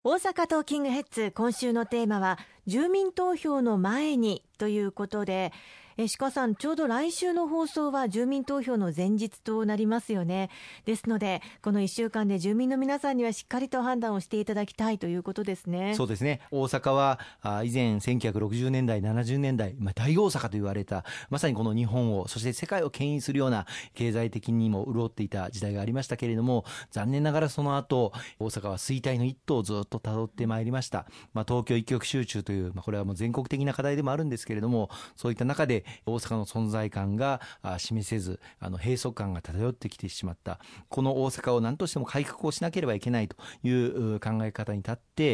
大阪トーキングヘッズ、今週のテーマは住民投票の前にということで、鹿さん、ちょうど来週の放送は住民投票の前日となりますよね。ですのでこの1週間で住民の皆さんにはしっかりと判断をしていただきたいということですね。 そうですね。大阪は以前1960年代70年代、大大阪と言われた、まさにこの日本をそして世界を牽引するような経済的にも潤っていた時代がありましたけれども、残念ながらその後大阪は衰退の一途をずっとたどってまいりました。東京一極集中という、これはもう全国的な課題でもあるんですけれども、そういった中で大阪の存在感が示せず、閉塞感が漂ってきてしまった。この大阪を何としても改革をしなければいけないという考え方に立って、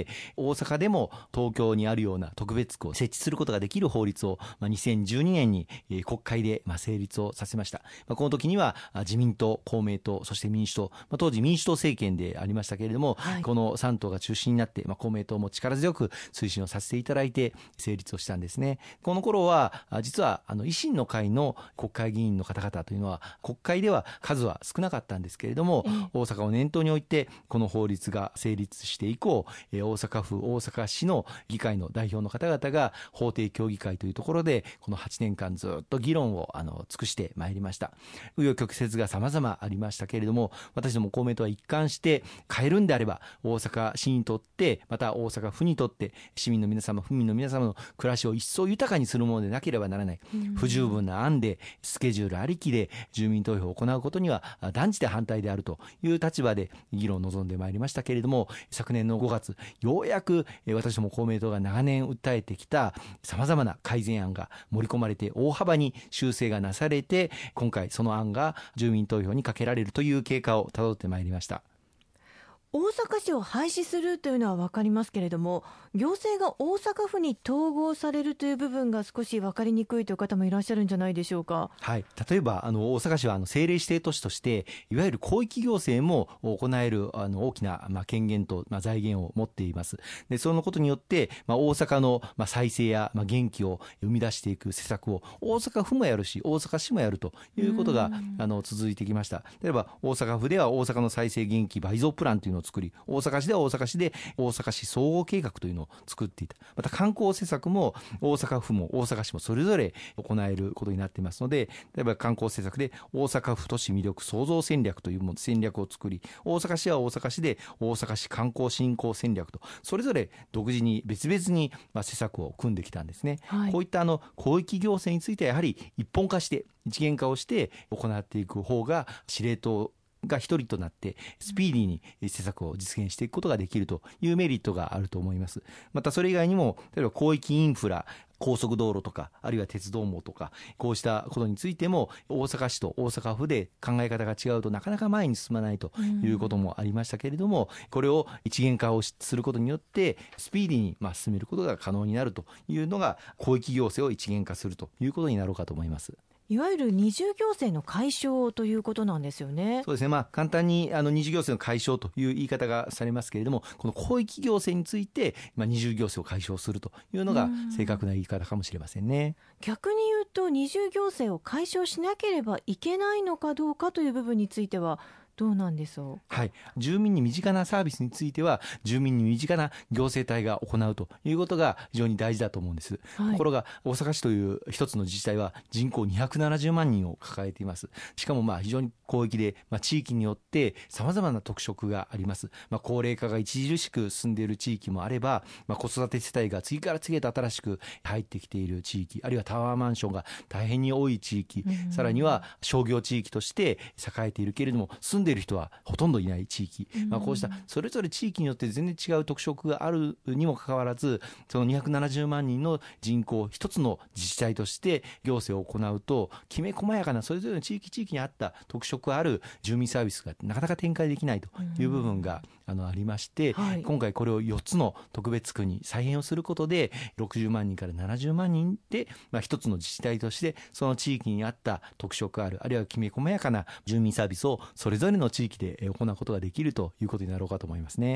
大阪でも東京にあるような特別区を設置することができる法律を2012年に国会で成立をさせました。この時には自民党、公明党、そして民主党、当時民主党政権でありましたけれども、この3党が中心になって、公明党も力強く推進をさせていただいて成立をしたんですね。この頃は実は維新の会の国会議員の方々というのは国会では数は少なかったんですけれども、大阪を念頭に置いてこの法律が成立して以降、大阪府大阪市の議会の代表の方々が法定協議会というところでこの8年間ずっと議論を尽くしてまいりました。紆余曲折が様々ありましたけれども、私ども公明党は一貫して変えるんであれば大阪市にとって、また大阪府にとって市民の皆様、府民の皆様の暮らしを一層豊かにするものでなければならない。不十分な案でスケジュールありきで住民投票を行うことには断じて反対であるという立場で議論を望んでまいりましたけれども、昨年の5月ようやく私ども公明党が長年訴えてきたさまざまな改善案が盛り込まれて大幅に修正がなされて、今回その案が住民投票にかけられるという経過をたどってまいりました。 大阪市を廃止するというのは分かりますけれども、行政が大阪府に統合されるという部分が少し分かりにくいという方もいらっしゃるんじゃないでしょうか。 はい、例えば大阪市は政令指定都市としていわゆる広域行政も行える大きな権限と財源を持っています。でそのことによって大阪の再生や元気を生み出していく施策を大阪府もやるし大阪市もやるということが続いてきました。例えば大阪府では大阪の再生元気倍増プランというのを作り、大阪市では大阪市で大阪市総合計画というのを作っていた。また観光施策も大阪府も大阪市もそれぞれ行えることになっていますので、例えば観光施策で大阪府都市魅力創造戦略という戦略を作り、大阪市は大阪市で大阪市観光振興戦略とそれぞれ独自に別々に施策を組んできたんですね。こういった広域行政についてはやはり一本化して一元化をして行っていく方が司令塔が一人となってスピーディーに施策を実現していくことができるというメリットがあると思います。またそれ以外にも例えば広域インフラ、高速道路とかあるいは鉄道網とかこうしたことについても大阪市と大阪府で考え方が違うとなかなか前に進まないということもありましたけれども、これを一元化をすることによってスピーディーに進めることが可能になるというのが広域行政を一元化するということになろうかと思います。 いわゆる二重行政の解消ということなんですよね。 そうですね。簡単に二重行政の解消という言い方がされますけれども、この広域行政について二重行政を解消するというのが正確な言い方かもしれませんね。 逆に言うと二重行政を解消しなければいけないのかどうかという部分についてはどうなんでしょう。 はい、住民に身近なサービスについては住民に身近な行政体が行うということが非常に大事だと思うんです。ところが大阪市という一つの自治体は人口270万人を抱えています。しかも非常に広域で、地域によってさまざまな特色があります。高齢化が著しく進んでいる地域もあれば、子育て世帯が次から次へと新しく入ってきている地域、あるいはタワーマンションが大変に多い地域、さらには商業地域として栄えているけれども住んでいる人はほとんどいない地域、こうしたそれぞれ地域によって全然違う特色があるにもかかわらず、その270万人の人口一つの自治体として行政を行うときめ細やかなそれぞれの地域に合った特色ある住民サービスがなかなか展開できないという部分がありまして、今回これを4つの特別区に再編をすることで60万人から70万人で、一つの自治体としてその地域に合った特色ある、あるいはきめ細やかな住民サービスをそれぞれの地域で行うことができるということになろうかと思いますね。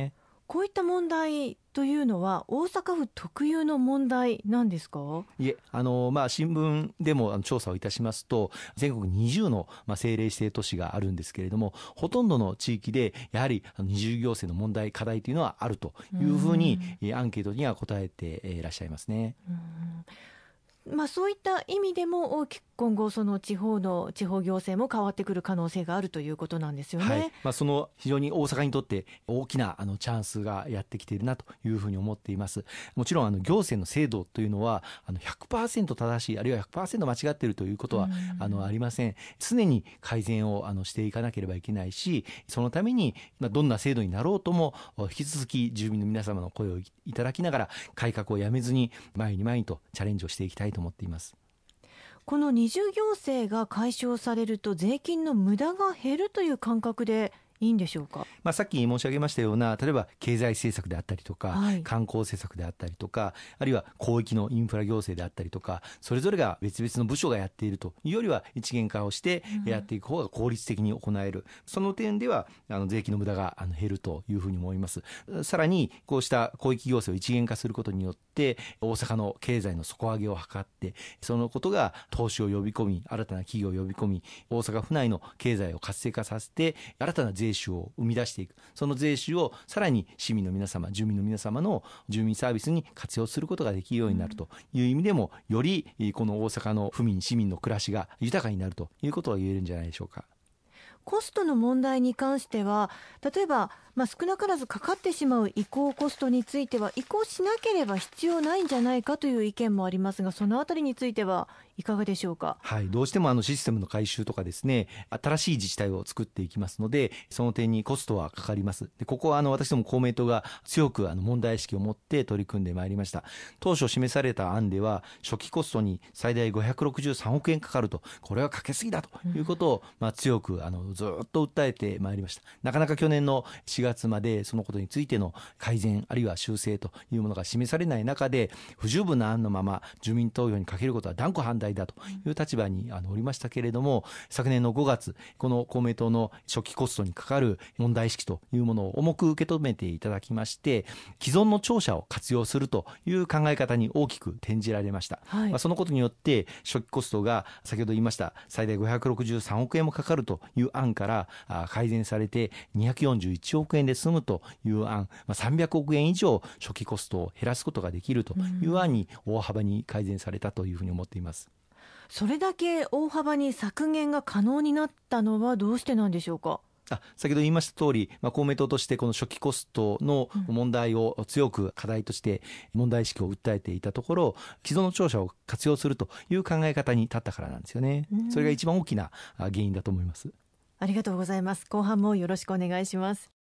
こういった問題というのは大阪府特有の問題なんですか？ いえ、新聞でも調査をいたしますと、全国20の政令指定都市があるんですけれども、ほとんどの地域でやはり二重行政の問題課題というのはあるというふうにアンケートには答えていらっしゃいますね。 そういった意味でも大きく今後その地方行政も変わってくる可能性があるということなんですよね。 はい、その非常に大阪にとって大きなチャンスがやってきているなというふうに思っています。もちろん行政の制度というのは100% 正しい、あるいは 100% 間違っているということはありません。常に改善をしていかなければいけないし、そのためにどんな制度になろうとも引き続き住民の皆様の声をいただきながら改革をやめずに前に前にとチャレンジをしていきたいと思っています。 この二重行政が解消されると税金の無駄が減るという感覚でいいんでしょうか？ さっき申し上げましたような、例えば経済政策であったりとか、観光政策であったりとか、あるいは広域のインフラ行政であったりとか、それぞれが別々の部署がやっているというよりは一元化をしてやっていく方が効率的に行える、その点では税金の無駄が減るというふうに思います。さらにこうした広域行政を一元化することによって大阪の経済の底上げを図って、そのことが投資を呼び込み、新たな企業を呼び込み、大阪府内の経済を活性化させて新たな税収を生み出していく、その税収をさらに市民の皆様、住民の皆様の住民サービスに活用することができるようになるという意味でも、よりこの大阪の府民市民の暮らしが豊かになるということが言えるんじゃないでしょうか。 コストの問題に関しては、例えば、少なからずかかってしまう移行コストについては移行しなければ必要ないんじゃないかという意見もありますが、そのあたりについてはいかがでしょうか？ はい、どうしてもシステムの改修とかですね、新しい自治体を作っていきますので、その点にコストはかかります。でここは私ども公明党が強く問題意識を持って取り組んでまいりました。当初示された案では初期コストに最大563億円かかると、これはかけすぎだということを、強くずっと訴えてまいりました。なかなか去年の4月までそのことについての改善あるいは修正というものが示されない中で、不十分な案のまま住民投票にかけることは断固反対だという立場におりましたけれども、昨年の5月この公明党の初期コストにかかる問題意識というものを重く受け止めていただきまして、既存の庁舎を活用するという考え方に大きく転じられました。そのことによって初期コストが先ほど言いました最大563億円もかかるという案から改善されて241億円で済むという案、300億円以上初期コストを減らすことができるという案に大幅に改善されたというふうに思っています。 それだけ大幅に削減が可能になったのはどうしてなんでしょうか？ 先ほど言いました通り、公明党としてこの初期コストの問題を強く課題として問題意識を訴えていたところ、既存の庁舎を活用するという考え方に立ったからなんですよね。それが一番大きな原因だと思います。 ありがとうございます。後半もよろしくお願いします。